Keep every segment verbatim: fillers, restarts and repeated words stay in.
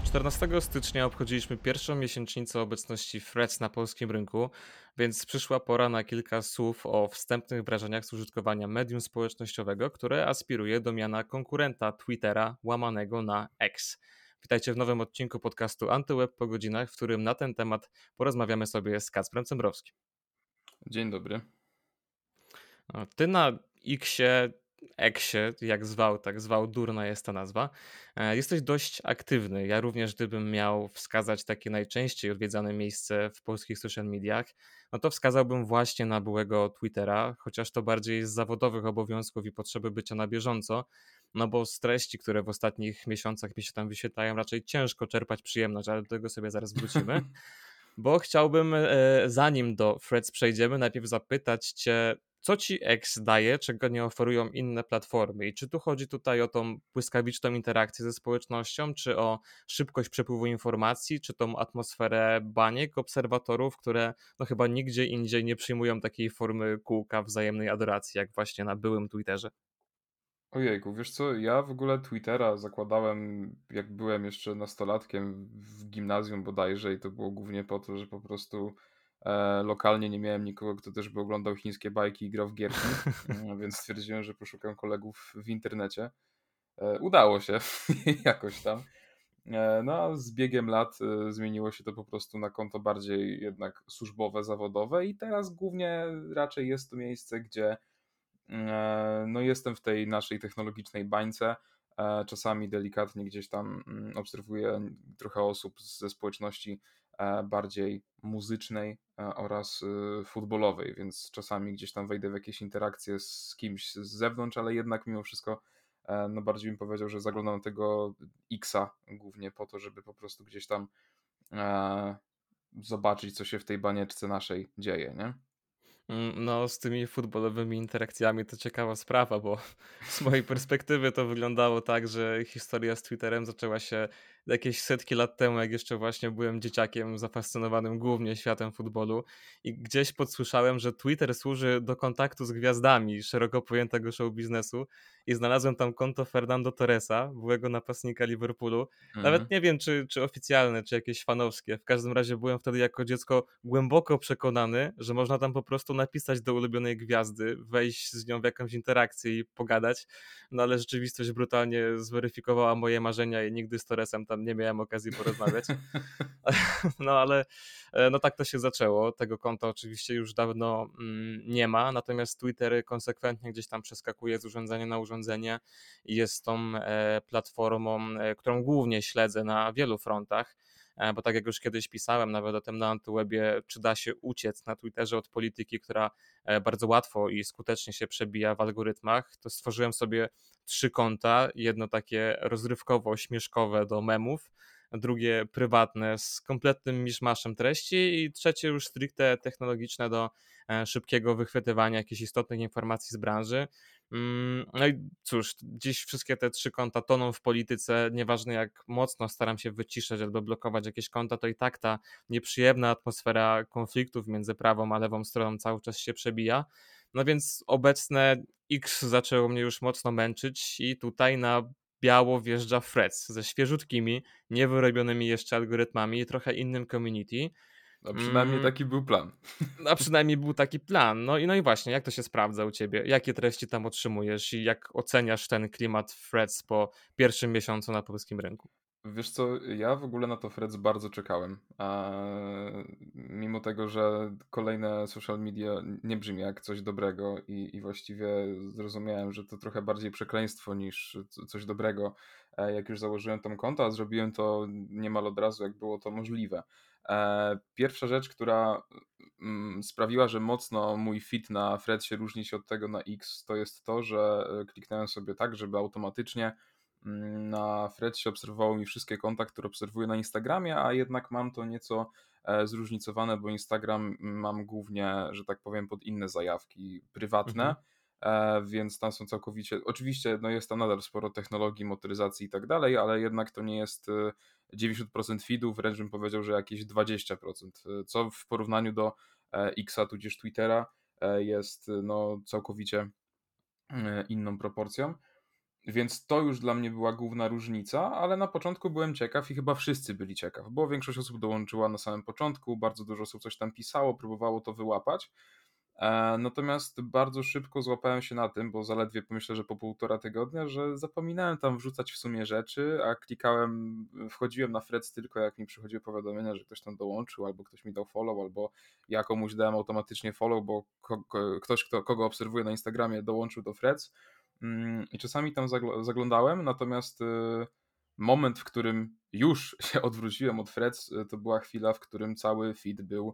czternastego stycznia obchodziliśmy pierwszą miesięcznicę obecności Threads na polskim rynku, więc przyszła pora na kilka słów o wstępnych wrażeniach z użytkowania medium społecznościowego, które aspiruje do miana konkurenta Twittera łamanego na X. Witajcie w nowym odcinku podcastu AntyWeb po godzinach, w którym na ten temat porozmawiamy sobie z Kacprem Cembrowskim. Dzień dobry. A Ty na Xie, Eksie, jak zwał, tak zwał, durna jest ta nazwa, e, jesteś dość aktywny. Ja również, gdybym miał wskazać takie najczęściej odwiedzane miejsce w polskich social mediach, no to wskazałbym właśnie na byłego Twittera, chociaż to bardziej z zawodowych obowiązków i potrzeby bycia na bieżąco, no bo z treści, które w ostatnich miesiącach mi się tam wyświetlają, raczej ciężko czerpać przyjemność, ale do tego sobie zaraz wrócimy. Bo chciałbym, e, zanim do Threads przejdziemy, najpierw zapytać Cię, co Ci X daje, czego nie oferują inne platformy? I czy tu chodzi tutaj o tą błyskawiczną interakcję ze społecznością, czy o szybkość przepływu informacji, czy tą atmosferę baniek obserwatorów, które no chyba nigdzie indziej nie przyjmują takiej formy kółka wzajemnej adoracji, jak właśnie na byłym Twitterze? Ojejku, wiesz co, ja w ogóle Twittera zakładałem, jak byłem jeszcze nastolatkiem w gimnazjum bodajże i to było głównie po to, że po prostu e, lokalnie nie miałem nikogo, kto też by oglądał chińskie bajki i grał w gierki, mm, więc stwierdziłem, że poszukam kolegów w internecie. E, udało się jakoś tam. E, no a z biegiem lat e, zmieniło się to po prostu na konto bardziej jednak służbowe, zawodowe i teraz głównie raczej jest to miejsce, gdzie E, no jestem w tej naszej technologicznej bańce. E, Czasami delikatnie gdzieś tam mm, obserwuję trochę osób ze społeczności e, bardziej muzycznej e, oraz e, futbolowej, więc czasami gdzieś tam wejdę w jakieś interakcje z kimś z zewnątrz, ale jednak mimo wszystko e, no bardziej bym powiedział, że zaglądam na tego Xa głównie po to, żeby po prostu gdzieś tam e, zobaczyć, co się w tej banieczce naszej dzieje, nie? Mm, No, z tymi futbolowymi interakcjami to ciekawa sprawa, bo z mojej perspektywy to wyglądało tak, że historia z Twitterem zaczęła się jakieś setki lat temu, jak jeszcze właśnie byłem dzieciakiem zafascynowanym głównie światem futbolu i gdzieś podsłyszałem, że Twitter służy do kontaktu z gwiazdami szeroko pojętego show biznesu i znalazłem tam konto Fernando Torresa, byłego napastnika Liverpoolu. Nawet Mhm. nie wiem, czy, czy oficjalne, czy jakieś fanowskie. W każdym razie byłem wtedy jako dziecko głęboko przekonany, że można tam po prostu napisać do ulubionej gwiazdy, wejść z nią w jakąś interakcję i pogadać. No ale rzeczywistość brutalnie zweryfikowała moje marzenia i nigdy z Torresem tam nie miałem okazji porozmawiać. No ale e, no tak to się zaczęło. Tego konta oczywiście już dawno mm, nie ma, natomiast Twitter konsekwentnie gdzieś tam przeskakuje z urządzenia na urządzenie i jest tą e, platformą, e, którą głównie śledzę na wielu frontach. E, Bo tak jak już kiedyś pisałem, nawet o tym na Antywebie, czy da się uciec na Twitterze od polityki, która e, bardzo łatwo i skutecznie się przebija w algorytmach, to stworzyłem sobie trzy konta. Jedno takie rozrywkowo-śmieszkowe do memów, drugie prywatne z kompletnym miszmaszem treści i trzecie już stricte technologiczne do e, szybkiego wychwytywania jakichś istotnych informacji z branży. Mm, No i cóż, dziś wszystkie te trzy konta toną w polityce. Nieważne jak mocno staram się wyciszać albo blokować jakieś konta, to i tak ta nieprzyjemna atmosfera konfliktów między prawą a lewą stroną cały czas się przebija. No więc obecne X zaczęło mnie już mocno męczyć i tutaj na biało wjeżdża Threads ze świeżutkimi, niewyrobionymi jeszcze algorytmami i trochę innym community. A przynajmniej Mm, taki był plan. a przynajmniej był taki plan. No i, no i właśnie, jak to się sprawdza u ciebie? Jakie treści tam otrzymujesz i jak oceniasz ten klimat Threads po pierwszym miesiącu na polskim rynku? Wiesz co, ja w ogóle na to Threads bardzo czekałem. A mimo tego, że kolejne social media nie brzmi jak coś dobrego i, i właściwie zrozumiałem, że to trochę bardziej przekleństwo niż co- coś dobrego, e, jak już założyłem tam konto, a zrobiłem to niemal od razu, jak było to możliwe. E, Pierwsza rzecz, która mm, sprawiła, że mocno mój feed na Threadsie różni się od tego na X, to jest to, że e, kliknąłem sobie tak, żeby automatycznie Mm, na Threadsie obserwowało mi wszystkie konta, które obserwuję na Instagramie, a jednak mam to nieco e, zróżnicowane, bo Instagram mam głównie, że tak powiem, pod inne zajawki prywatne, Mhm. e, więc tam są całkowicie, oczywiście no jest tam nadal sporo technologii, motoryzacji i tak dalej, ale jednak to nie jest e, dziewięćdziesiąt procent feedu, wręcz bym powiedział, że jakieś dwadzieścia procent, e, co w porównaniu do e, Xa tudzież Twittera e, jest e, no całkowicie e, inną proporcją. Więc to już dla mnie była główna różnica, ale na początku byłem ciekaw i chyba wszyscy byli ciekaw, bo większość osób dołączyła na samym początku, bardzo dużo osób coś tam pisało, próbowało to wyłapać. E, natomiast bardzo szybko złapałem się na tym, bo zaledwie pomyślę, że po półtora tygodnia, że zapominałem tam wrzucać w sumie rzeczy, a klikałem, wchodziłem na Threads tylko jak mi przychodziły powiadomienia, że ktoś tam dołączył, albo ktoś mi dał follow, albo ja komuś dałem automatycznie follow, bo ko- ko- ktoś, kto, kogo obserwuję na Instagramie, dołączył do Threads. Mm, I czasami tam zagl- zaglądałem, natomiast y, moment, w którym już się odwróciłem od Threads, y, to była chwila, w którym cały feed był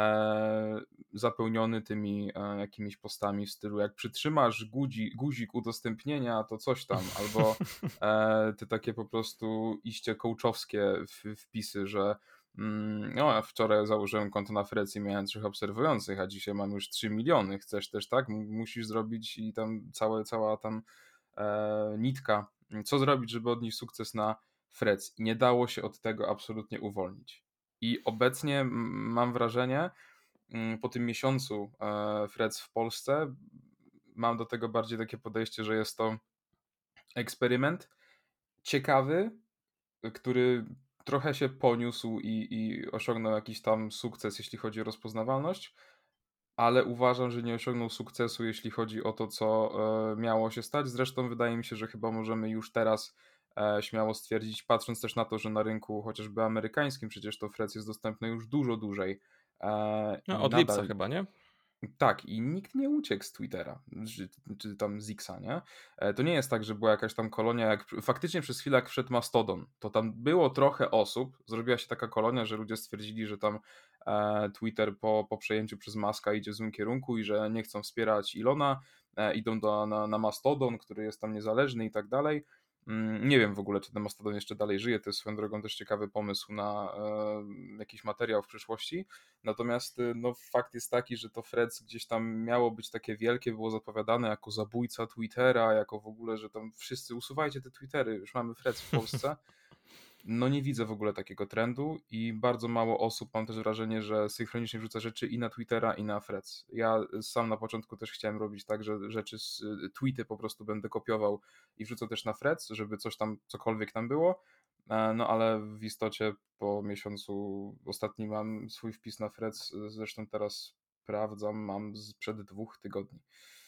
e, zapełniony tymi e, jakimiś postami w stylu jak przytrzymasz guzi, guzik udostępnienia, to coś tam, albo e, te takie po prostu iście coachowskie w, wpisy, że mm, no, ja wczoraj założyłem konto na Threads i miałem trzech obserwujących, a dzisiaj mam już trzy miliony, chcesz też tak? M- Musisz zrobić i tam całe, cała tam e, nitka, co zrobić, żeby odnieść sukces na Threads. I nie dało się od tego absolutnie uwolnić. I obecnie mm, mam wrażenie, mm, po tym miesiącu e, Threads w Polsce, mam do tego bardziej takie podejście, że jest to eksperyment ciekawy, który trochę się poniósł i, i osiągnął jakiś tam sukces, jeśli chodzi o rozpoznawalność, ale uważam, że nie osiągnął sukcesu, jeśli chodzi o to, co e, miało się stać. Zresztą wydaje mi się, że chyba możemy już teraz e, śmiało stwierdzić, patrząc też na to, że na rynku chociażby amerykańskim przecież to Threads jest dostępne już dużo dłużej e, No, i od lipca nadal chyba, nie? tak, i nikt nie uciekł z Twittera, czy, czy tam z Xa, nie? E, To nie jest tak, że była jakaś tam kolonia, jak faktycznie przez chwilę jak wszedł Mastodon, to tam było trochę osób, zrobiła się taka kolonia, że ludzie stwierdzili, że tam e, Twitter po, po przejęciu przez Muska idzie w złym kierunku i że nie chcą wspierać Ilona, e, idą do, na, na Mastodon, który jest tam niezależny i tak dalej. Mm, Nie wiem w ogóle, czy ten Mastodon jeszcze dalej żyje, to jest swoją drogą też ciekawy pomysł na e, jakiś materiał w przyszłości. Natomiast y, no, fakt jest taki, że to Threads gdzieś tam miało być takie wielkie, było zapowiadane jako zabójca Twittera, jako w ogóle, że tam wszyscy usuwajcie te Twittery, już mamy Threads w Polsce. No nie widzę w ogóle takiego trendu i bardzo mało osób, mam też wrażenie, że synchronicznie wrzuca rzeczy i na Twittera, i na Threads. Ja sam na początku też chciałem robić tak, że rzeczy, z, y, tweety po prostu będę kopiował i wrzucał też na Threads, żeby coś tam, cokolwiek tam było. E, No ale w istocie po miesiącu ostatni mam swój wpis na Threads, zresztą teraz sprawdzam, mam sprzed dwóch tygodni.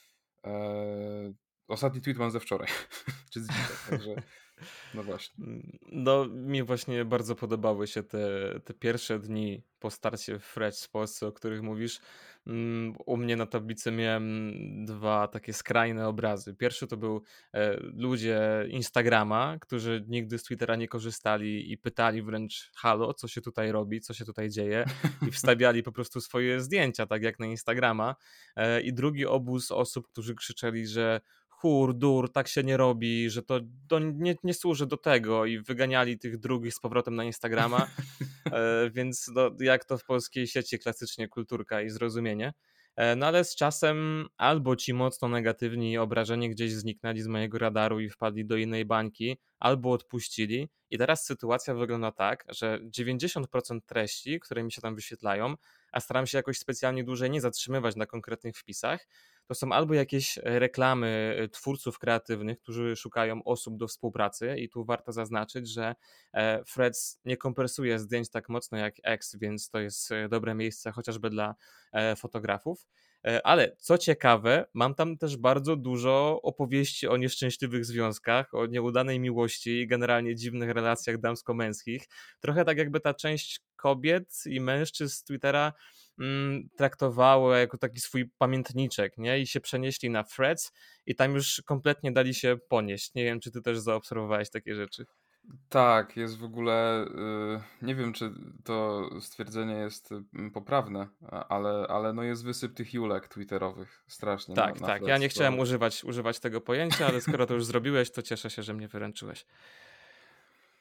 Eee, Ostatni tweet mam ze wczoraj, czy z dzisiaj, także no właśnie. No, mi właśnie bardzo podobały się te, te pierwsze dni po starcie w Threads w Polsce, o których mówisz. Mm, U mnie na tablicy miałem dwa takie skrajne obrazy. Pierwszy to był e, ludzie Instagrama, którzy nigdy z Twittera nie korzystali i pytali wręcz: halo, co się tutaj robi, co się tutaj dzieje, i wstawiali po prostu swoje zdjęcia, tak jak na Instagrama. E, I drugi obóz osób, którzy krzyczeli, że chór, dur, tak się nie robi, że to do, nie, nie służy do tego, i wyganiali tych drugich z powrotem na Instagrama, e, więc no, jak to w polskiej sieci klasycznie kulturka i zrozumienie. E, No ale z czasem albo ci mocno negatywni i obrażeni gdzieś zniknęli z mojego radaru i wpadli do innej bańki, albo odpuścili. I teraz sytuacja wygląda tak, że dziewięćdziesiąt procent treści, które mi się tam wyświetlają, a staram się jakoś specjalnie dłużej nie zatrzymywać na konkretnych wpisach, to są albo jakieś e, reklamy e, twórców kreatywnych, którzy szukają osób do współpracy, i tu warto zaznaczyć, że e, Threads nie kompresuje zdjęć tak mocno jak X, więc to jest e, dobre miejsce chociażby dla e, fotografów. E, Ale co ciekawe, mam tam też bardzo dużo opowieści o nieszczęśliwych związkach, o nieudanej miłości i generalnie dziwnych relacjach damsko-męskich. Trochę tak jakby ta część kobiet i mężczyzn z Twittera mm, traktowało jako taki swój pamiętniczek, nie? I się przenieśli na Threads i tam już kompletnie dali się ponieść. Nie wiem, czy ty też zaobserwowałeś takie rzeczy. Tak, jest w ogóle, y, nie wiem czy to stwierdzenie jest y, poprawne, a- ale, ale no jest wysyp tych julek twitterowych strasznie na, Tak, na tak. Ja nie Threads. chciałem To, używać, używać tego pojęcia, ale skoro to już zrobiłeś, to cieszę się, że mnie wyręczyłeś.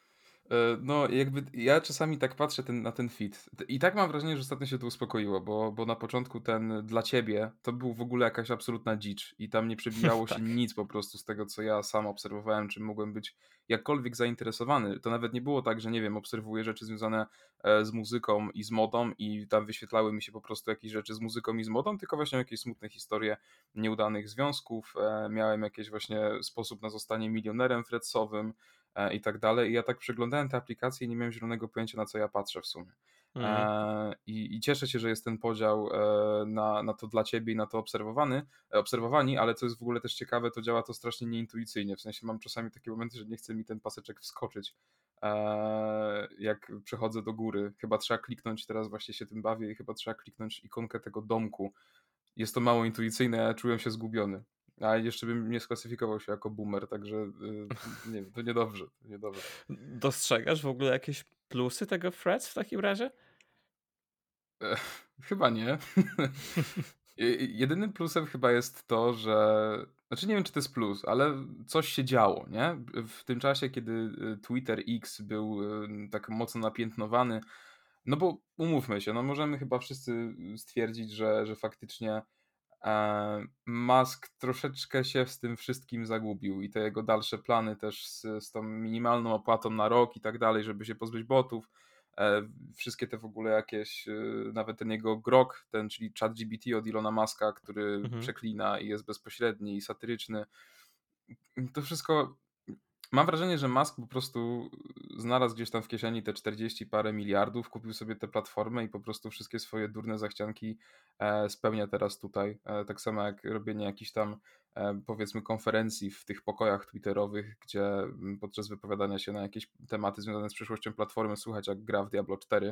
E, no, jakby ja czasami tak patrzę ten, na ten feed i tak mam wrażenie, że ostatnio się to uspokoiło, bo, bo na początku ten dla ciebie to był w ogóle jakaś absolutna dzicz i tam nie przebijało się Tak. nic po prostu z tego, co ja sam obserwowałem, czym mogłem być jakkolwiek zainteresowany. To nawet nie było tak, że nie wiem, obserwuję rzeczy związane e, z muzyką i z modą i tam wyświetlały mi się po prostu jakieś rzeczy z muzyką i z modą, tylko właśnie jakieś smutne historie nieudanych związków. E, miałem jakiś właśnie sposób na zostanie milionerem fredsowym e, i tak dalej. I ja tak przeglądałem te aplikacje i nie miałem zielonego pojęcia, na co ja patrzę w sumie. Mhm. E, I, I cieszę się, że jest ten podział e, na, na to dla ciebie i na to obserwowany, e, obserwowani, ale co jest w ogóle też ciekawe, to działa to strasznie nieintuicyjnie. W sensie mam czasami takie momenty, że nie chce mi ten paseczek wskoczyć, e, jak przechodzę do góry. Chyba trzeba kliknąć, teraz właśnie się tym bawię i chyba trzeba kliknąć ikonkę tego domku. Jest to mało intuicyjne, ja czułem się zgubiony. A jeszcze bym nie sklasyfikował się jako boomer, także y, nie wiem, to niedobrze, to niedobrze. Dostrzegasz w ogóle jakieś plusy tego Threads w takim razie? E, chyba nie. Je- Jedynym plusem chyba jest to, że. Znaczy nie wiem, czy to jest plus, ale coś się działo, nie? W tym czasie, kiedy y, Twitter X był y, tak mocno napiętnowany, no bo umówmy się, no możemy chyba wszyscy stwierdzić, że, że faktycznie e, Musk troszeczkę się z tym wszystkim zagubił i te jego dalsze plany też z, z tą minimalną opłatą na rok i tak dalej, żeby się pozbyć botów, e, wszystkie te w ogóle jakieś, e, nawet ten jego grok, ten, czyli ChatGPT od Ilona Muska, który Mhm. przeklina i jest bezpośredni i satyryczny, to wszystko. Mam wrażenie, że Musk po prostu znalazł gdzieś tam w kieszeni te czterdzieści parę miliardów, kupił sobie tę platformę i po prostu wszystkie swoje durne zachcianki e, spełnia teraz tutaj. E, tak samo jak robienie jakichś tam e, powiedzmy konferencji w tych pokojach twitterowych, gdzie mm, podczas wypowiadania się na jakieś tematy związane z przyszłością platformy słychać jak gra w Diablo cztery.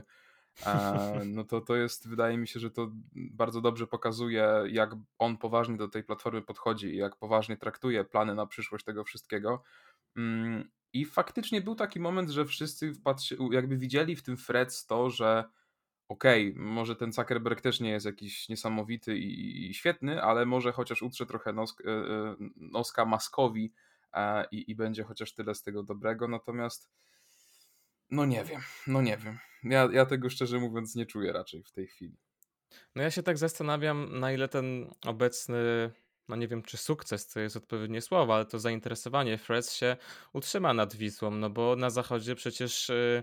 E, no to to jest, wydaje mi się, że to bardzo dobrze pokazuje, jak on poważnie do tej platformy podchodzi i jak poważnie traktuje plany na przyszłość tego wszystkiego. Mm, I faktycznie był taki moment, że wszyscy wpatrzy, jakby widzieli w tym Threads to, że okej, może ten Zuckerberg też nie jest jakiś niesamowity i, i świetny, ale może chociaż utrze trochę nos, e, e, noska Muskowi e, i, i będzie chociaż tyle z tego dobrego. Natomiast no nie wiem, no nie wiem. Ja, ja tego szczerze mówiąc nie czuję raczej w tej chwili. No ja się tak zastanawiam, na ile ten obecny, no nie wiem czy sukces to jest odpowiednie słowo, ale to zainteresowanie Threads się utrzyma nad Wisłą, no bo na zachodzie przecież y,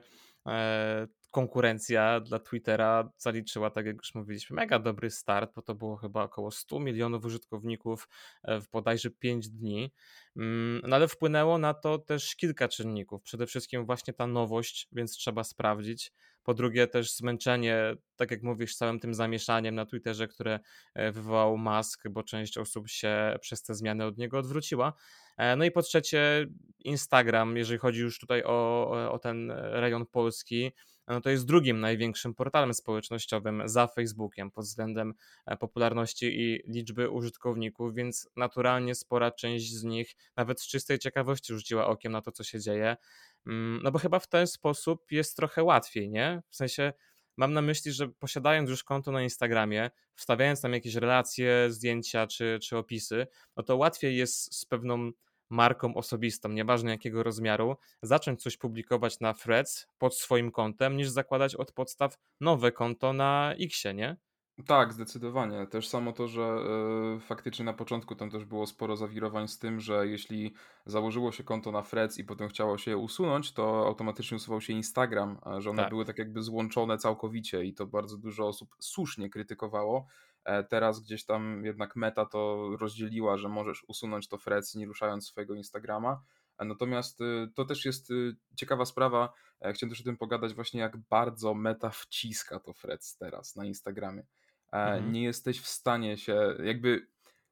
e, konkurencja dla Twittera zaliczyła, tak jak już mówiliśmy, mega dobry start, bo to było chyba około stu milionów użytkowników e, w bodajże pięć dni. Mm, No ale wpłynęło na to też kilka czynników. Przede wszystkim właśnie ta nowość, więc trzeba sprawdzić. Po drugie też zmęczenie, tak jak mówisz, całym tym zamieszaniem na Twitterze, które e, wywołał Musk, bo część osób się przez te zmiany od niego odwróciła. E, No i po trzecie Instagram, jeżeli chodzi już tutaj o, o ten rejon polski, no to jest drugim największym portalem społecznościowym za Facebookiem pod względem e, popularności i liczby użytkowników, więc naturalnie spora część z nich nawet z czystej ciekawości rzuciła okiem na to, co się dzieje. Mm, No bo chyba w ten sposób jest trochę łatwiej, nie? W sensie mam na myśli, że posiadając już konto na Instagramie, wstawiając tam jakieś relacje, zdjęcia czy, czy opisy, no to łatwiej jest z pewną marką osobistą, nieważne jakiego rozmiaru, zacząć coś publikować na Threads pod swoim kontem, niż zakładać od podstaw nowe konto na Xie, nie? Tak, zdecydowanie. Też samo to, że e, faktycznie na początku tam też było sporo zawirowań z tym, że jeśli założyło się konto na Threads i potem chciało się je usunąć, to automatycznie usuwał się Instagram, a że one Tak. były tak jakby złączone całkowicie i to bardzo dużo osób słusznie krytykowało. E, Teraz gdzieś tam jednak Meta to rozdzieliła, że możesz usunąć to Threads nie ruszając swojego Instagrama. E, Natomiast e, to też jest e, ciekawa sprawa. E, Chciałem też o tym pogadać właśnie, jak bardzo Meta wciska to Threads teraz na Instagramie. E, Mhm. nie jesteś w stanie się jakby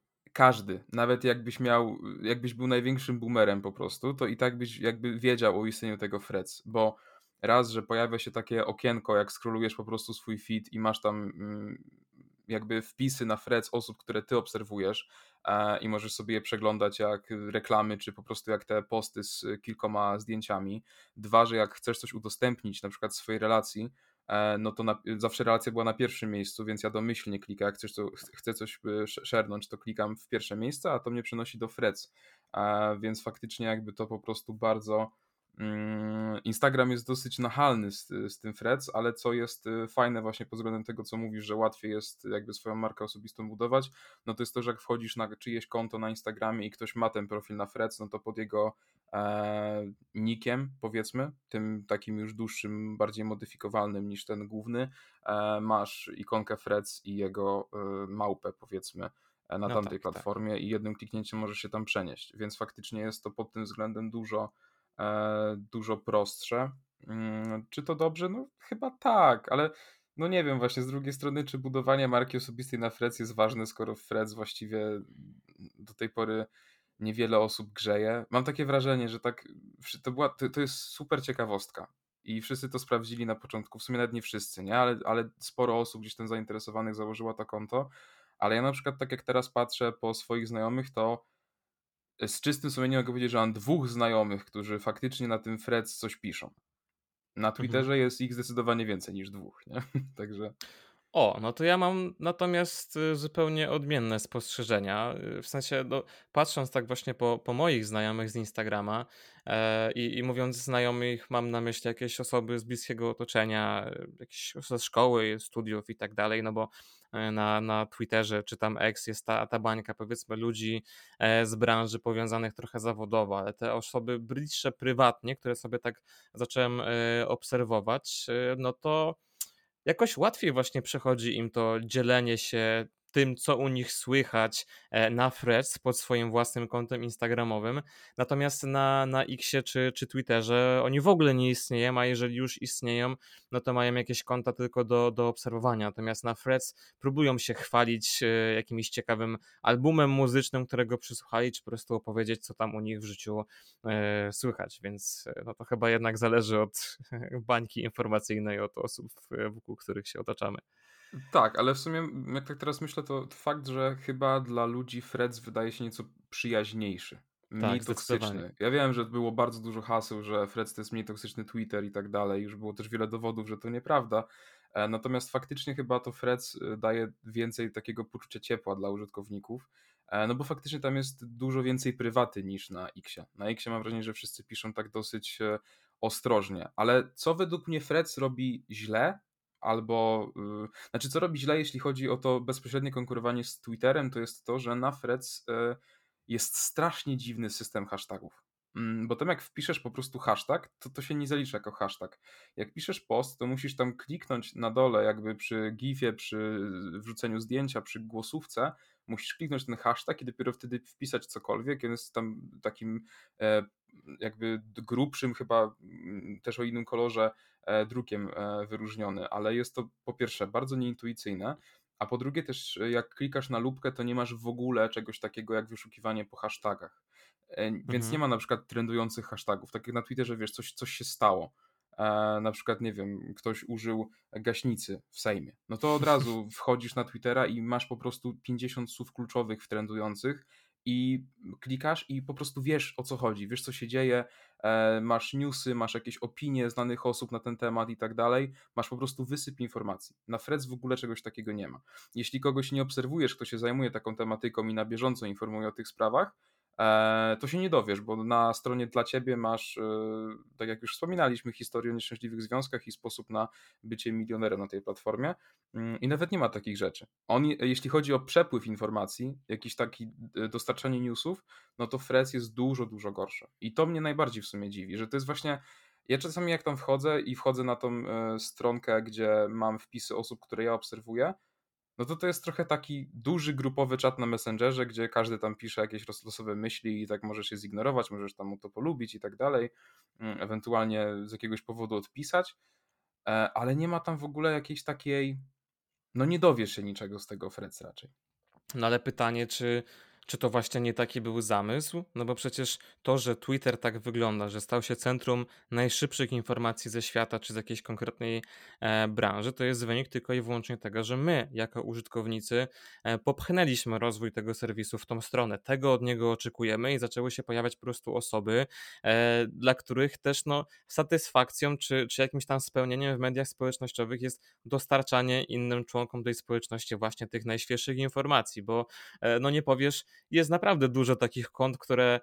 każdy, nawet jakbyś miał, jakbyś był największym boomerem po prostu, to i tak byś jakby wiedział o istnieniu tego Threads, bo raz, że pojawia się takie okienko, jak scrollujesz po prostu swój feed i masz tam mm, jakby wpisy na Threads osób, które ty obserwujesz e, i możesz sobie je przeglądać jak reklamy, czy po prostu jak te posty z kilkoma zdjęciami. Dwa, że jak chcesz coś udostępnić, na przykład swojej relacji, e, no to na, zawsze relacja była na pierwszym miejscu, więc ja domyślnie klikam, jak chcesz to, ch- chcę coś e, sz- szernąć, to klikam w pierwsze miejsce, a to mnie przenosi do Threads, e, więc faktycznie jakby to po prostu bardzo Mm, Instagram jest dosyć nachalny z, z tym Threads, ale co jest y, fajne właśnie pod względem tego, co mówisz, że łatwiej jest jakby swoją markę osobistą budować, no to jest to, że jak wchodzisz na czyjeś konto na Instagramie i ktoś ma ten profil na Threads, no to pod jego e, nickiem, powiedzmy, tym takim już dłuższym, bardziej modyfikowalnym niż ten główny, e, masz ikonkę Threads i jego e, małpę, powiedzmy, e, na No tamtej tak, tak. platformie i jednym kliknięciem możesz się tam przenieść, więc faktycznie jest to pod tym względem dużo e, dużo prostsze. Mm, Czy to dobrze? No chyba tak, ale no nie wiem właśnie z drugiej strony, czy budowanie marki osobistej na Threads jest ważne, skoro w Threads właściwie do tej pory niewiele osób grzeje. Mam takie wrażenie, że tak wszy- to była, to, to jest super ciekawostka i wszyscy to sprawdzili na początku, w sumie nawet nie wszyscy, nie? Ale, ale sporo osób gdzieś tam zainteresowanych założyła to konto, ale ja na przykład tak jak teraz patrzę po swoich znajomych, to z czystym sumieniem mogę powiedzieć, że mam dwóch znajomych, którzy faktycznie na tym Threads coś piszą. Na Mhm. Twitterze jest ich zdecydowanie więcej niż dwóch, nie? Także O, no to ja mam natomiast y, zupełnie odmienne spostrzeżenia. Y, W sensie, no, patrząc tak właśnie po, po moich znajomych z Instagrama e, i, i mówiąc znajomych, mam na myśli jakieś osoby z bliskiego otoczenia, y, jakieś ze szkoły, studiów i tak dalej, no bo e, na, na Twitterze czy tam X jest ta, ta bańka powiedzmy ludzi e, z branży powiązanych trochę zawodowo, ale te osoby bliższe prywatnie, które sobie tak zacząłem e, obserwować, e, no to jakoś łatwiej właśnie przechodzi im to dzielenie się tym, co u nich słychać e, na Threads pod swoim własnym kontem instagramowym. Natomiast na, na Xie czy, czy Twitterze oni w ogóle nie istnieją, a jeżeli już istnieją, no to mają jakieś konta tylko do, do obserwowania. Natomiast na Threads próbują się chwalić e, jakimś ciekawym albumem muzycznym, którego przysłuchali, czy po prostu opowiedzieć, co tam u nich w życiu e, słychać. Więc e, no to chyba jednak zależy od bańki informacyjnej, od osób, e, wokół których się otaczamy. tak, ale w sumie jak tak teraz myślę, to fakt, że chyba dla ludzi Threads wydaje się nieco przyjaźniejszy, mniej Tak, zdecydowanie. toksyczny. Ja wiem, że było bardzo dużo haseł, że Threads to jest mniej toksyczny Twitter i tak dalej. Już było też wiele dowodów, że to nieprawda. E, Natomiast faktycznie chyba to Threads e, daje więcej takiego poczucia ciepła dla użytkowników. E, No bo faktycznie tam jest dużo więcej prywaty niż na Xie. Na Xie mam wrażenie, że wszyscy piszą tak dosyć e, ostrożnie. Ale co według mnie Threads robi źle, albo y, znaczy, co robi źle, jeśli chodzi o to bezpośrednie konkurowanie z Twitterem, to jest to, że na Threads e, jest strasznie dziwny system hashtagów. Mm, Bo tam jak wpiszesz po prostu hashtag, to to się nie zalicza jako hashtag. Jak piszesz post, to musisz tam kliknąć na dole, jakby przy gifie, przy wrzuceniu zdjęcia, przy głosówce, musisz kliknąć ten hashtag i dopiero wtedy wpisać cokolwiek. On jest tam takim e, jakby grubszym, chyba mm, też o innym kolorze e, drukiem e, wyróżniony, ale jest to po pierwsze bardzo nieintuicyjne, a po drugie też e, jak klikasz na lupkę, to nie masz w ogóle czegoś takiego jak wyszukiwanie po hashtagach. E, Więc nie Mhm. ma na przykład trendujących hashtagów. Tak jak na Twitterze, wiesz, coś, coś się stało. E, na przykład, nie wiem, ktoś użył gaśnicy w Sejmie. No to od razu wchodzisz na Twittera i masz po prostu pięćdziesiąt słów kluczowych w trendujących i klikasz i po prostu wiesz, o co chodzi, wiesz, co się dzieje, e, masz newsy, masz jakieś opinie znanych osób na ten temat i tak dalej, masz po prostu wysyp informacji. Na Threads w ogóle czegoś takiego nie ma. Jeśli kogoś nie obserwujesz, kto się zajmuje taką tematyką i na bieżąco informuje o tych sprawach, e, to się nie dowiesz, bo na stronie dla ciebie masz, e, tak jak już wspominaliśmy, historię o nieszczęśliwych związkach i sposób na bycie milionerem na tej platformie. Mm, I nawet nie ma takich rzeczy. On, jeśli chodzi o przepływ informacji, jakiś taki e, dostarczanie newsów, no to Threads jest dużo, dużo gorsze. I to mnie najbardziej w sumie dziwi, że to jest właśnie. Ja czasami jak tam wchodzę i wchodzę na tą e, stronkę, gdzie mam wpisy osób, które ja obserwuję, no to to jest trochę taki duży grupowy czat na Messengerze, gdzie każdy tam pisze jakieś losowe myśli i tak możesz je zignorować, możesz tam mu to polubić i tak dalej, mm, ewentualnie z jakiegoś powodu odpisać, e, ale nie ma tam w ogóle jakiejś takiej, no nie dowiesz się niczego z tego Threads raczej. No ale pytanie, czy, czy to właśnie nie taki był zamysł? No bo przecież to, że Twitter tak wygląda, że stał się centrum najszybszych informacji ze świata czy z jakiejś konkretnej e, branży, to jest wynik tylko i wyłącznie tego, że my, jako użytkownicy, e, popchnęliśmy rozwój tego serwisu w tą stronę. Tego od niego oczekujemy i zaczęły się pojawiać po prostu osoby, e, dla których też no, satysfakcją czy, czy jakimś tam spełnieniem w mediach społecznościowych jest dostarczanie innym członkom tej społeczności właśnie tych najświeższych informacji, bo e, no nie powiesz, jest naprawdę dużo takich kont, które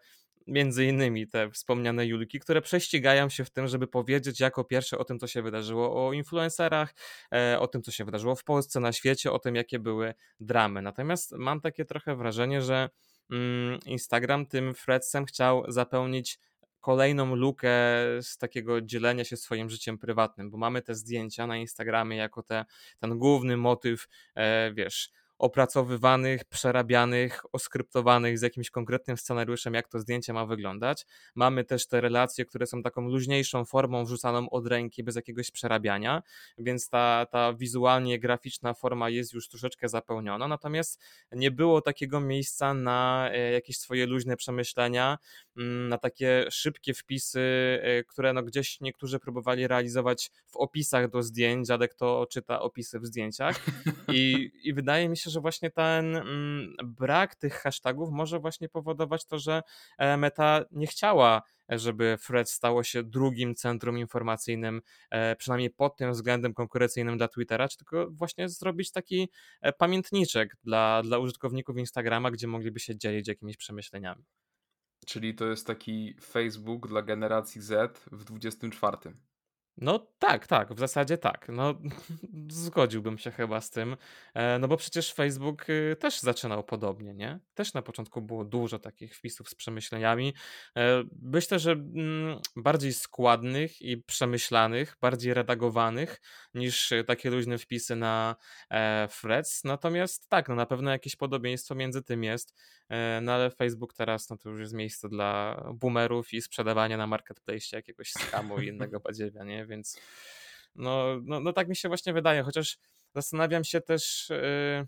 między innymi te wspomniane Julki, które prześcigają się w tym, żeby powiedzieć jako pierwsze o tym, co się wydarzyło, o influencerach, e, o tym, co się wydarzyło w Polsce, na świecie, o tym, jakie były dramy. Natomiast mam takie trochę wrażenie, że mm, Instagram tym Threadsem chciał zapełnić kolejną lukę z takiego dzielenia się swoim życiem prywatnym, bo mamy te zdjęcia na Instagramie jako te, ten główny motyw, e, wiesz, opracowywanych, przerabianych, oskryptowanych z jakimś konkretnym scenariuszem, jak to zdjęcie ma wyglądać. Mamy też te relacje, które są taką luźniejszą formą wrzucaną od ręki, bez jakiegoś przerabiania, więc ta, ta wizualnie graficzna forma jest już troszeczkę zapełniona, natomiast nie było takiego miejsca na e, jakieś swoje luźne przemyślenia, mm, na takie szybkie wpisy, e, które no gdzieś niektórzy próbowali realizować w opisach do zdjęć, dziadek to czyta opisy w zdjęciach i, i wydaje mi się, że właśnie ten mm, brak tych hashtagów może właśnie powodować to, że e, Meta nie chciała, żeby Threads stało się drugim centrum informacyjnym, e, przynajmniej pod tym względem konkurencyjnym dla Twittera, czy tylko właśnie zrobić taki e, pamiętniczek dla, dla użytkowników Instagrama, gdzie mogliby się dzielić jakimiś przemyśleniami. Czyli to jest taki Facebook dla generacji Z w dwudziestym czwartym. No tak, tak, w zasadzie tak. No, zgodziłbym się chyba z tym, e, no bo przecież Facebook y, też zaczynał podobnie, nie? Też na początku było dużo takich wpisów z przemyśleniami. E, Myślę, że mm, bardziej składnych i przemyślanych, bardziej redagowanych niż y, takie luźne wpisy na e, Threads. Natomiast tak, no na pewno jakieś podobieństwo między tym jest. E, No ale Facebook teraz no to już jest miejsce dla boomerów i sprzedawania na marketplace jakiegoś skamu i innego badziewia, nie? Więc no, no, no tak mi się właśnie wydaje, chociaż zastanawiam się też, yy,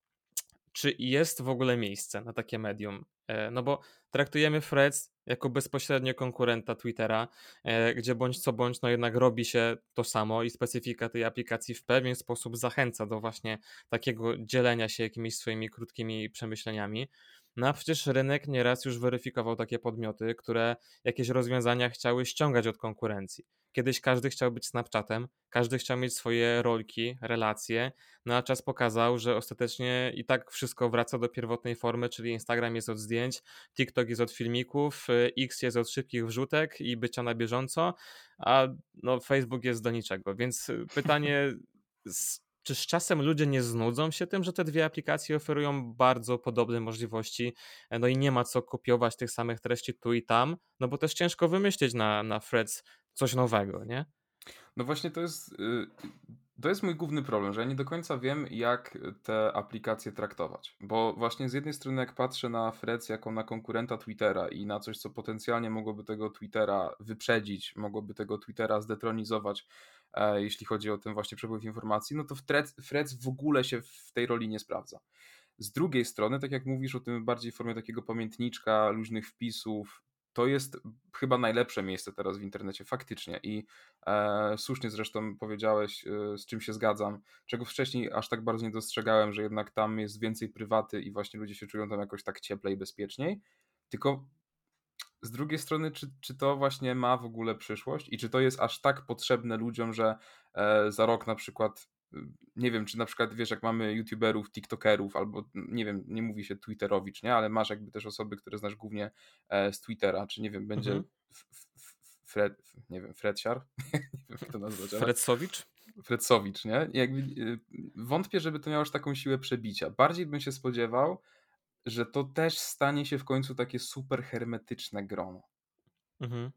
czy jest w ogóle miejsce na takie medium. E, No bo traktujemy Threads jako bezpośrednio konkurenta Twittera, e, gdzie bądź co bądź, no jednak robi się to samo i specyfika tej aplikacji w pewien sposób zachęca do właśnie takiego dzielenia się jakimiś swoimi krótkimi przemyśleniami. No a przecież rynek nieraz już weryfikował takie podmioty, które jakieś rozwiązania chciały ściągać od konkurencji. Kiedyś każdy chciał być Snapchatem, każdy chciał mieć swoje rolki, relacje, no a czas pokazał, że ostatecznie i tak wszystko wraca do pierwotnej formy, czyli Instagram jest od zdjęć, TikTok jest od filmików, y, X jest od szybkich wrzutek i bycia na bieżąco, a no Facebook jest do niczego. Więc y, pytanie, z, czy z czasem ludzie nie znudzą się tym, że te dwie aplikacje oferują bardzo podobne możliwości, e, no i nie ma co kopiować tych samych treści tu i tam, no bo też ciężko wymyślić na, na Threads coś nowego, nie? No właśnie to jest, y, to jest mój główny problem, że ja nie do końca wiem, jak te aplikacje traktować. Bo właśnie z jednej strony, jak patrzę na Threads jako na konkurenta Twittera i na coś, co potencjalnie mogłoby tego Twittera wyprzedzić, mogłoby tego Twittera zdetronizować, e, jeśli chodzi o ten właśnie przepływ informacji, no to w Threads, Threads w ogóle się w tej roli nie sprawdza. Z drugiej strony, tak jak mówisz o tym bardziej w formie takiego pamiętniczka, luźnych wpisów, to jest chyba najlepsze miejsce teraz w internecie, faktycznie. I e, słusznie zresztą powiedziałeś, e, z czym się zgadzam, czego wcześniej aż tak bardzo nie dostrzegałem, że jednak tam jest więcej prywaty i właśnie ludzie się czują tam jakoś tak cieplej, bezpieczniej. Tylko z drugiej strony, czy, czy to właśnie ma w ogóle przyszłość i czy to jest aż tak potrzebne ludziom, że e, za rok na przykład, y, nie wiem, czy na przykład wiesz, jak mamy youtuberów, tiktokerów, albo mm, nie wiem, nie mówi się twitterowicz, nie, ale masz jakby też osoby, które znasz głównie e, z Twittera, czy nie wiem, będzie Mhm. f, f, f, Fred, f- nie wiem, Fredsiar, nie wiem jak to nazwać, ale Fredsowicz? Fredsowicz, nie? I jakby y, wątpię, żeby to miało aż taką siłę przebicia. Bardziej bym się spodziewał, że to też stanie się w końcu takie super hermetyczne grono. Mhm.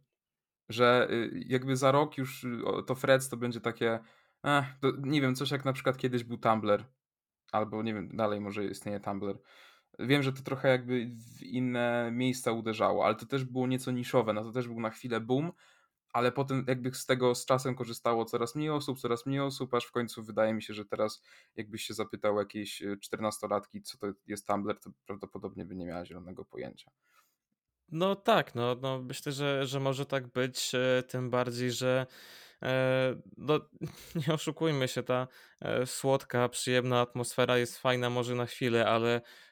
Że y, jakby za rok już y, o, to Freds to będzie takie, eh, to, nie wiem, coś jak na przykład kiedyś był Tumblr, albo nie wiem, dalej może istnieje Tumblr. Wiem, że to trochę jakby w inne miejsca uderzało, ale to też było nieco niszowe, no to też był na chwilę boom, ale potem jakby z tego z czasem korzystało coraz mniej osób, coraz mniej osób, aż w końcu wydaje mi się, że teraz jakbyś się zapytał jakieś y, czternastolatki, co to jest Tumblr, to prawdopodobnie by nie miała zielonego pojęcia. No tak, no, no myślę, że, że może tak być, e, tym bardziej, że e, no, nie oszukujmy się, ta e, słodka, przyjemna atmosfera jest fajna może na chwilę, ale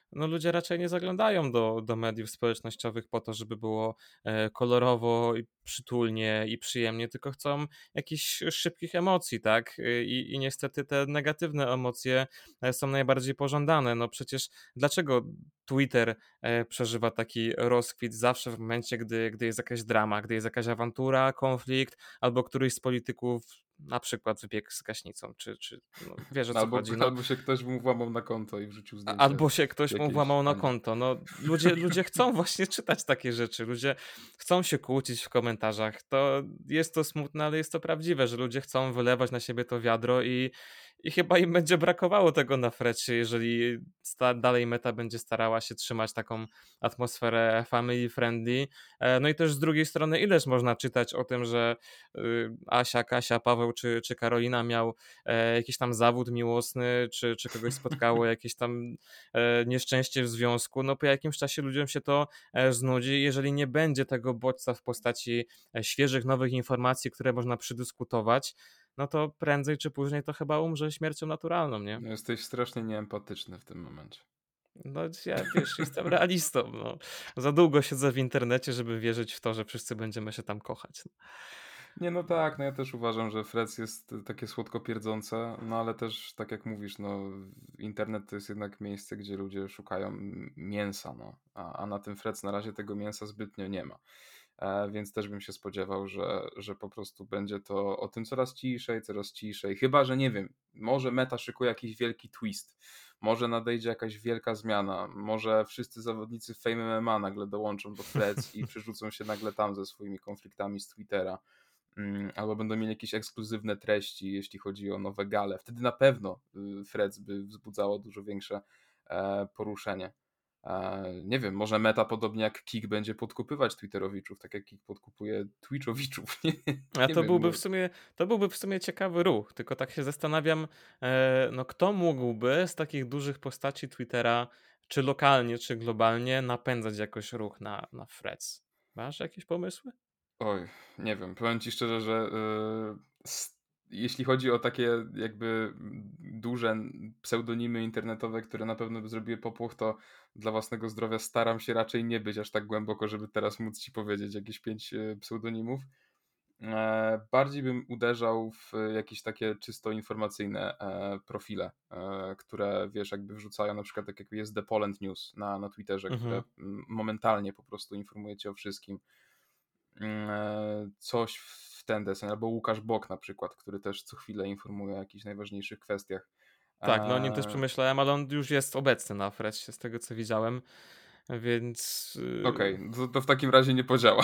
No ludzie raczej nie zaglądają do, do mediów społecznościowych po to, żeby było e, kolorowo i przytulnie i przyjemnie, tylko chcą jakichś szybkich emocji, tak? Y, I, i niestety te negatywne emocje e, są najbardziej pożądane. No przecież dlaczego Twitter e, przeżywa taki rozkwit zawsze w momencie, gdy, gdy jest jakaś drama, gdy jest jakaś awantura, konflikt, albo któryś z polityków na przykład wybiegł z gaśnicą, czy, czy no, wiesz o co Albo, chodzi. No, albo się ktoś mu włamał na konto i wrzucił a- zdjęcie albo się ktoś mu jakiejś włamał na pani. konto. No, ludzie, ludzie chcą właśnie czytać takie rzeczy. Ludzie chcą się kłócić w komentarzach. To jest to smutne, ale jest to prawdziwe, że ludzie chcą wylewać na siebie to wiadro i, i chyba im będzie brakowało tego na frecie, jeżeli sta, dalej Meta będzie starała się trzymać taką atmosferę family friendly. E, No i też z drugiej strony, ileż można czytać o tym, że y, Asia, Kasia, Paweł czy, czy Karolina miał e, jakiś tam zawód miłosny, czy, czy kogoś spotkało jakieś tam e, nieszczęście w związku, no po jakimś czasie ludziom się to e, znudzi. Jeżeli nie będzie tego bodźca w postaci e, świeżych, nowych informacji, które można przedyskutować, no to prędzej czy później to chyba umrze śmiercią naturalną, nie? No, jesteś strasznie nieempatyczny w tym momencie. No ja, wiesz, jestem realistą, no. Za długo siedzę w internecie, żeby wierzyć w to, że wszyscy będziemy się tam kochać. Nie, no tak, no ja też uważam, że Frec jest y, takie słodko pierdzące, no ale też tak jak mówisz, no internet to jest jednak miejsce, gdzie ludzie szukają m- mięsa, no, a, a na tym Frec na razie tego mięsa zbytnio nie ma. E, więc też bym się spodziewał, że, że po prostu będzie to o tym coraz ciszej, coraz ciszej. Chyba, że nie wiem, może Meta szykuje jakiś wielki twist, może nadejdzie jakaś wielka zmiana, może wszyscy zawodnicy Fame M M A nagle dołączą do Frec i przerzucą się nagle tam ze swoimi konfliktami z Twittera. Mm, albo będą mieli jakieś ekskluzywne treści, jeśli chodzi o nowe gale. Wtedy na pewno y, Freds by wzbudzało dużo większe e, poruszenie. E, nie wiem, może Meta podobnie jak Kik będzie podkupywać Twitterowiczów, tak jak Kik podkupuje Twitchowiczów. Nie, A nie to wiem, byłby może. w sumie, to byłby w sumie ciekawy ruch, tylko tak się zastanawiam, e, no kto mógłby z takich dużych postaci Twittera, czy lokalnie, czy globalnie, napędzać jakoś ruch na, na Threads? Masz jakieś pomysły? Oj, nie wiem. Powiem ci szczerze, że y, s- jeśli chodzi o takie jakby mm, duże n- pseudonimy internetowe, które na pewno by zrobiły popłoch, to dla własnego zdrowia staram się raczej nie być aż tak głęboko, żeby teraz móc ci powiedzieć jakieś pięć y, pseudonimów. E, bardziej bym uderzał w jakieś takie czysto informacyjne e, profile, e, które wiesz, jakby wrzucają na przykład tak jak jest The Poland News na, na Twitterze, które Mhm. mm, momentalnie po prostu informuje cię o wszystkim. Mm, e, coś w ten desen, albo Łukasz Bok na przykład, który też co chwilę informuje o jakichś najważniejszych kwestiach. Tak, no o nim też E, pomyślałem, ale on już jest obecny na Threadsie, z tego co widziałem, więc Okej, yy, to, to w takim razie nie podziała.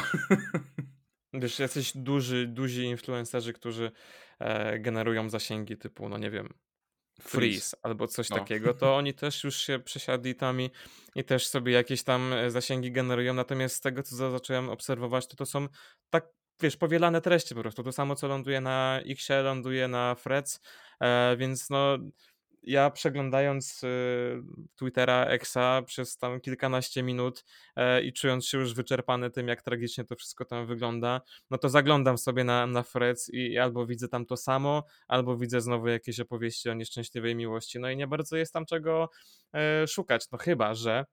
wiesz, jacyś duży, duzi influencerzy, którzy e, generują zasięgi typu, no nie wiem, Freeze. Freeze albo coś No. takiego, to oni też już się przesiadli tam i, i też sobie jakieś tam e, zasięgi generują. Natomiast z tego, co za- zacząłem obserwować, to to są tak, wiesz, powielane treści po prostu. To samo, co ląduje na Xie, ląduje na Threads, e, więc no ja przeglądając y, Twittera, Exa przez tam kilkanaście minut e, i czując się już wyczerpany tym, jak tragicznie to wszystko tam wygląda, no to zaglądam sobie na, na Threads i, i albo widzę tam to samo, albo widzę znowu jakieś opowieści o nieszczęśliwej miłości. No i nie bardzo jest tam czego e, szukać. No chyba, że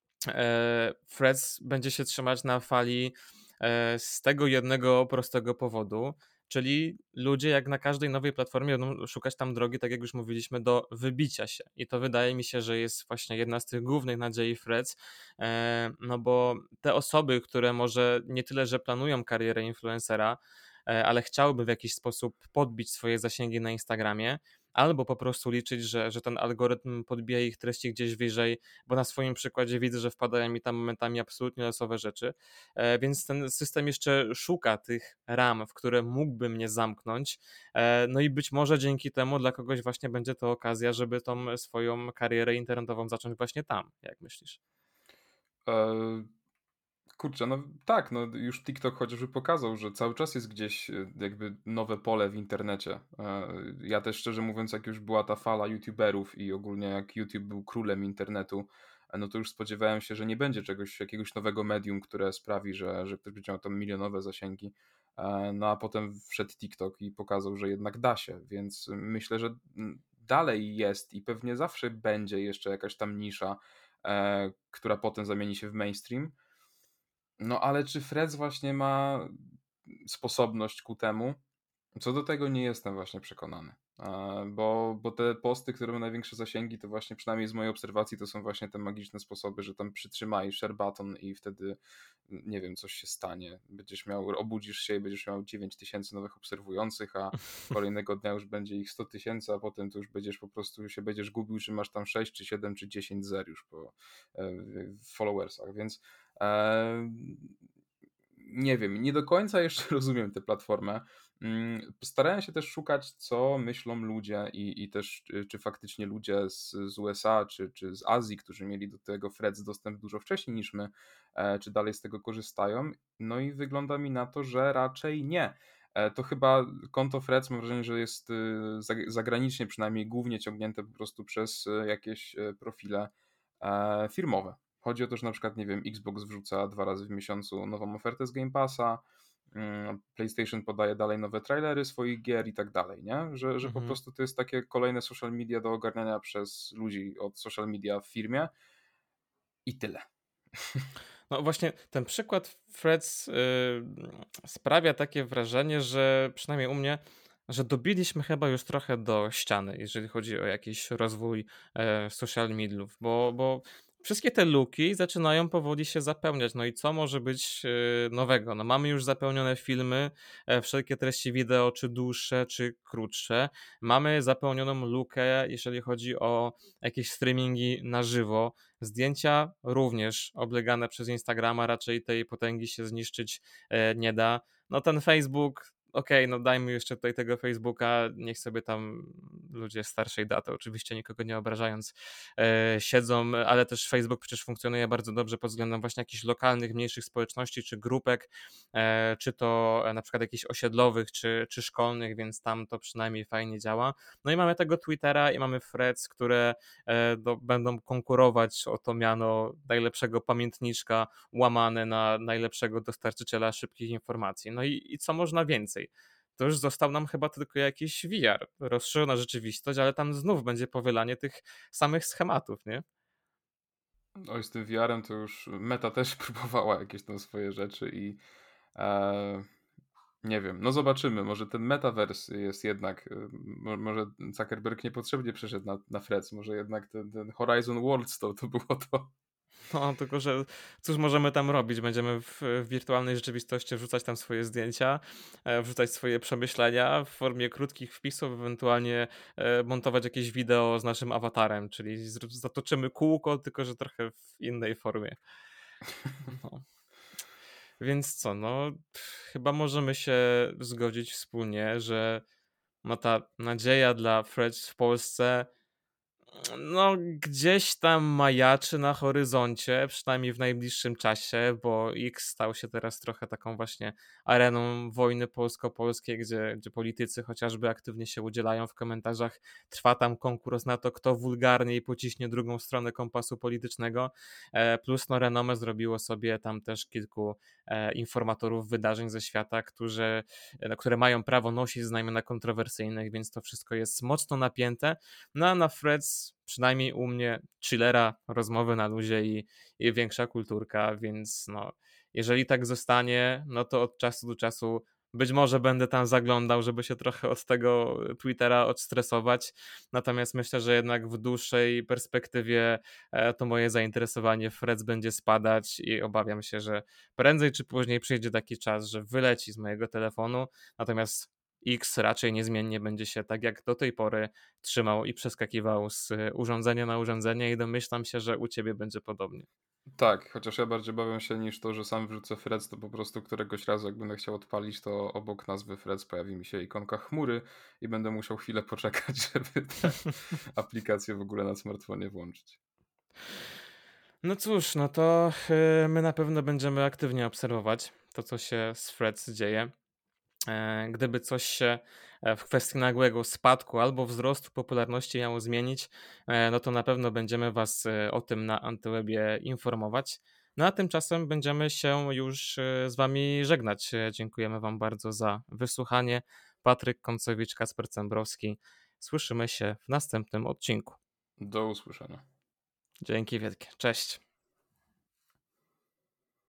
e, Threads będzie się trzymać na fali e, z tego jednego prostego powodu, czyli ludzie jak na każdej nowej platformie będą szukać tam drogi, tak jak już mówiliśmy, do wybicia się. I to wydaje mi się, że jest właśnie jedna z tych głównych nadziei Threads, e, no bo te osoby, które może nie tyle, że planują karierę influencera, e, ale chciałyby w jakiś sposób podbić swoje zasięgi na Instagramie, albo po prostu liczyć, że, że ten algorytm podbija ich treści gdzieś wyżej, bo na swoim przykładzie widzę, że wpadają mi tam momentami absolutnie losowe rzeczy, e, więc ten system jeszcze szuka tych ram, w które mógłby mnie zamknąć, e, no i być może dzięki temu dla kogoś właśnie będzie to okazja, żeby tą swoją karierę internetową zacząć właśnie tam, jak myślisz? E, Kurczę, no tak, no już TikTok chociażby pokazał, że cały czas jest gdzieś e, jakby nowe pole w internecie. E, Ja też szczerze mówiąc, jak już była ta fala YouTuberów i ogólnie jak YouTube był królem internetu, e, no to już spodziewałem się, że nie będzie czegoś, jakiegoś nowego medium, które sprawi, że, że ktoś będzie miał tam milionowe zasięgi. E, No a potem wszedł TikTok i pokazał, że jednak da się, więc myślę, że mm, dalej jest i pewnie zawsze będzie jeszcze jakaś tam nisza e, która potem zamieni się w mainstream. No ale czy Threads właśnie ma sposobność ku temu? Co do tego nie jestem właśnie przekonany, e, bo bo te posty, które mają największe zasięgi, to właśnie przynajmniej z mojej obserwacji to są właśnie te magiczne sposoby, że tam przytrzymaj share button i wtedy, nie wiem, coś się stanie. Będziesz miał obudzisz się i będziesz miał dziewięć tysięcy nowych obserwujących, a kolejnego dnia już będzie ich sto tysięcy, a potem to już będziesz po prostu się będziesz gubił, czy masz tam sześć czy siedem czy dziesięć zer już po, e, w followersach, więc, e, nie wiem, nie do końca jeszcze rozumiem tę platformę. Mm, starałem się też szukać, co myślą ludzie i i też czy czy faktycznie ludzie z z U S A czy czy z Azji, którzy mieli do tego Threads dostęp dużo wcześniej niż my, e, czy dalej z tego korzystają. No i wygląda mi na to, że raczej nie. E, to chyba konto Threads mam wrażenie, że jest, y, zag zagranicznie przynajmniej głównie ciągnięte po prostu przez, e, jakieś, e, profile, e, firmowe. Chodzi o to, że na przykład, nie wiem, Xbox wrzuca dwa razy w miesiącu nową ofertę z Game Passa, mm, PlayStation podaje dalej nowe trailery swoich gier i tak dalej, nie? Że że po Mhm. prostu to jest takie kolejne social media do ogarniania przez ludzi od social media w firmie i tyle. No właśnie ten przykład Threads, yy, sprawia takie wrażenie, że przynajmniej u mnie, że dobiliśmy chyba już trochę do ściany, jeżeli chodzi o jakiś rozwój, e, social mediów, bo bo wszystkie te luki zaczynają powoli się zapełniać. No i co może być, yy, nowego? No mamy już zapełnione filmy, e, wszelkie treści wideo, czy dłuższe, czy krótsze. Mamy zapełnioną lukę, jeżeli chodzi o jakieś streamingi na żywo. Zdjęcia również oblegane przez Instagrama, raczej tej potęgi się zniszczyć, e, nie da. No ten Facebook, okej, no dajmy jeszcze tutaj tego Facebooka, niech sobie tam ludzie starszej daty, oczywiście nikogo nie obrażając, e, siedzą, ale też Facebook przecież funkcjonuje bardzo dobrze pod względem właśnie jakichś lokalnych, mniejszych społeczności czy grupek, e, czy to e, na przykład jakichś osiedlowych, czy, czy szkolnych, więc tam to przynajmniej fajnie działa. No i mamy tego Twittera i mamy Threads, które e, do, będą konkurować o to miano najlepszego pamiętniczka łamane na najlepszego dostarczyciela szybkich informacji. No i, i co można więcej? To już został nam chyba tylko jakiś V R, rozszerzona rzeczywistość, ale tam znów będzie powielanie tych samych schematów, nie? Oj, z tym V R-em to już Meta też próbowała jakieś tam swoje rzeczy i, e, nie wiem, no zobaczymy. Może ten Metaverse jest jednak, y, mo może Zuckerberg niepotrzebnie przeszedł na na Threads, może jednak ten ten Horizon Worlds to to było to. No, tylko że cóż możemy tam robić? Będziemy w, w wirtualnej rzeczywistości wrzucać tam swoje zdjęcia, e, wrzucać swoje przemyślenia w formie krótkich wpisów, ewentualnie e, montować jakieś wideo z naszym awatarem, czyli zr- zatoczymy kółko, tylko że trochę w innej formie. No. Więc co, no pff, chyba możemy się zgodzić wspólnie, że no ta nadzieja dla Threads w Polsce no, gdzieś tam majaczy na horyzoncie, przynajmniej w najbliższym czasie, bo X stał się teraz trochę taką właśnie areną wojny polsko-polskiej, gdzie, gdzie politycy chociażby aktywnie się udzielają w komentarzach. Trwa tam konkurs na to, kto wulgarniej pociśnie drugą stronę kompasu politycznego. E, Plus no Renome zrobiło sobie tam też kilku e, informatorów wydarzeń ze świata, którzy, e, które mają prawo nosić znamiona kontrowersyjnych, więc to wszystko jest mocno napięte. No a na Threads, przynajmniej u mnie, chillera, rozmowy na luzie i, i większa kulturka, więc no, jeżeli tak zostanie, no to od czasu do czasu być może będę tam zaglądał, żeby się trochę od tego Twittera odstresować. Natomiast myślę, że jednak w dłuższej perspektywie e, to moje zainteresowanie w Threads będzie spadać i obawiam się, że prędzej czy później przyjdzie taki czas, że wyleci z mojego telefonu. Natomiast X raczej niezmiennie będzie się tak jak do tej pory trzymał i przeskakiwał z urządzenia na urządzenie i domyślam się, że u ciebie będzie podobnie. Tak, chociaż ja bardziej bawię się niż to, że sam wrzucę Threads, to po prostu któregoś razu, jak będę chciał odpalić, to obok nazwy Threads pojawi mi się ikonka chmury i będę musiał chwilę poczekać, żeby tę aplikację w ogóle na smartfonie włączyć. No cóż, no to y, my na pewno będziemy aktywnie obserwować to, co się z Threads dzieje. E, Gdyby coś się e, w kwestii nagłego spadku albo wzrostu popularności miało zmienić, e, no to na pewno będziemy Was e, o tym na Antywebie informować. No a tymczasem będziemy się już e, z Wami żegnać. E, Dziękujemy Wam bardzo za wysłuchanie. Patryk Koncowicz, Kacper Cembrowski. Słyszymy się w następnym odcinku. Do usłyszenia. Dzięki wielkie. Cześć.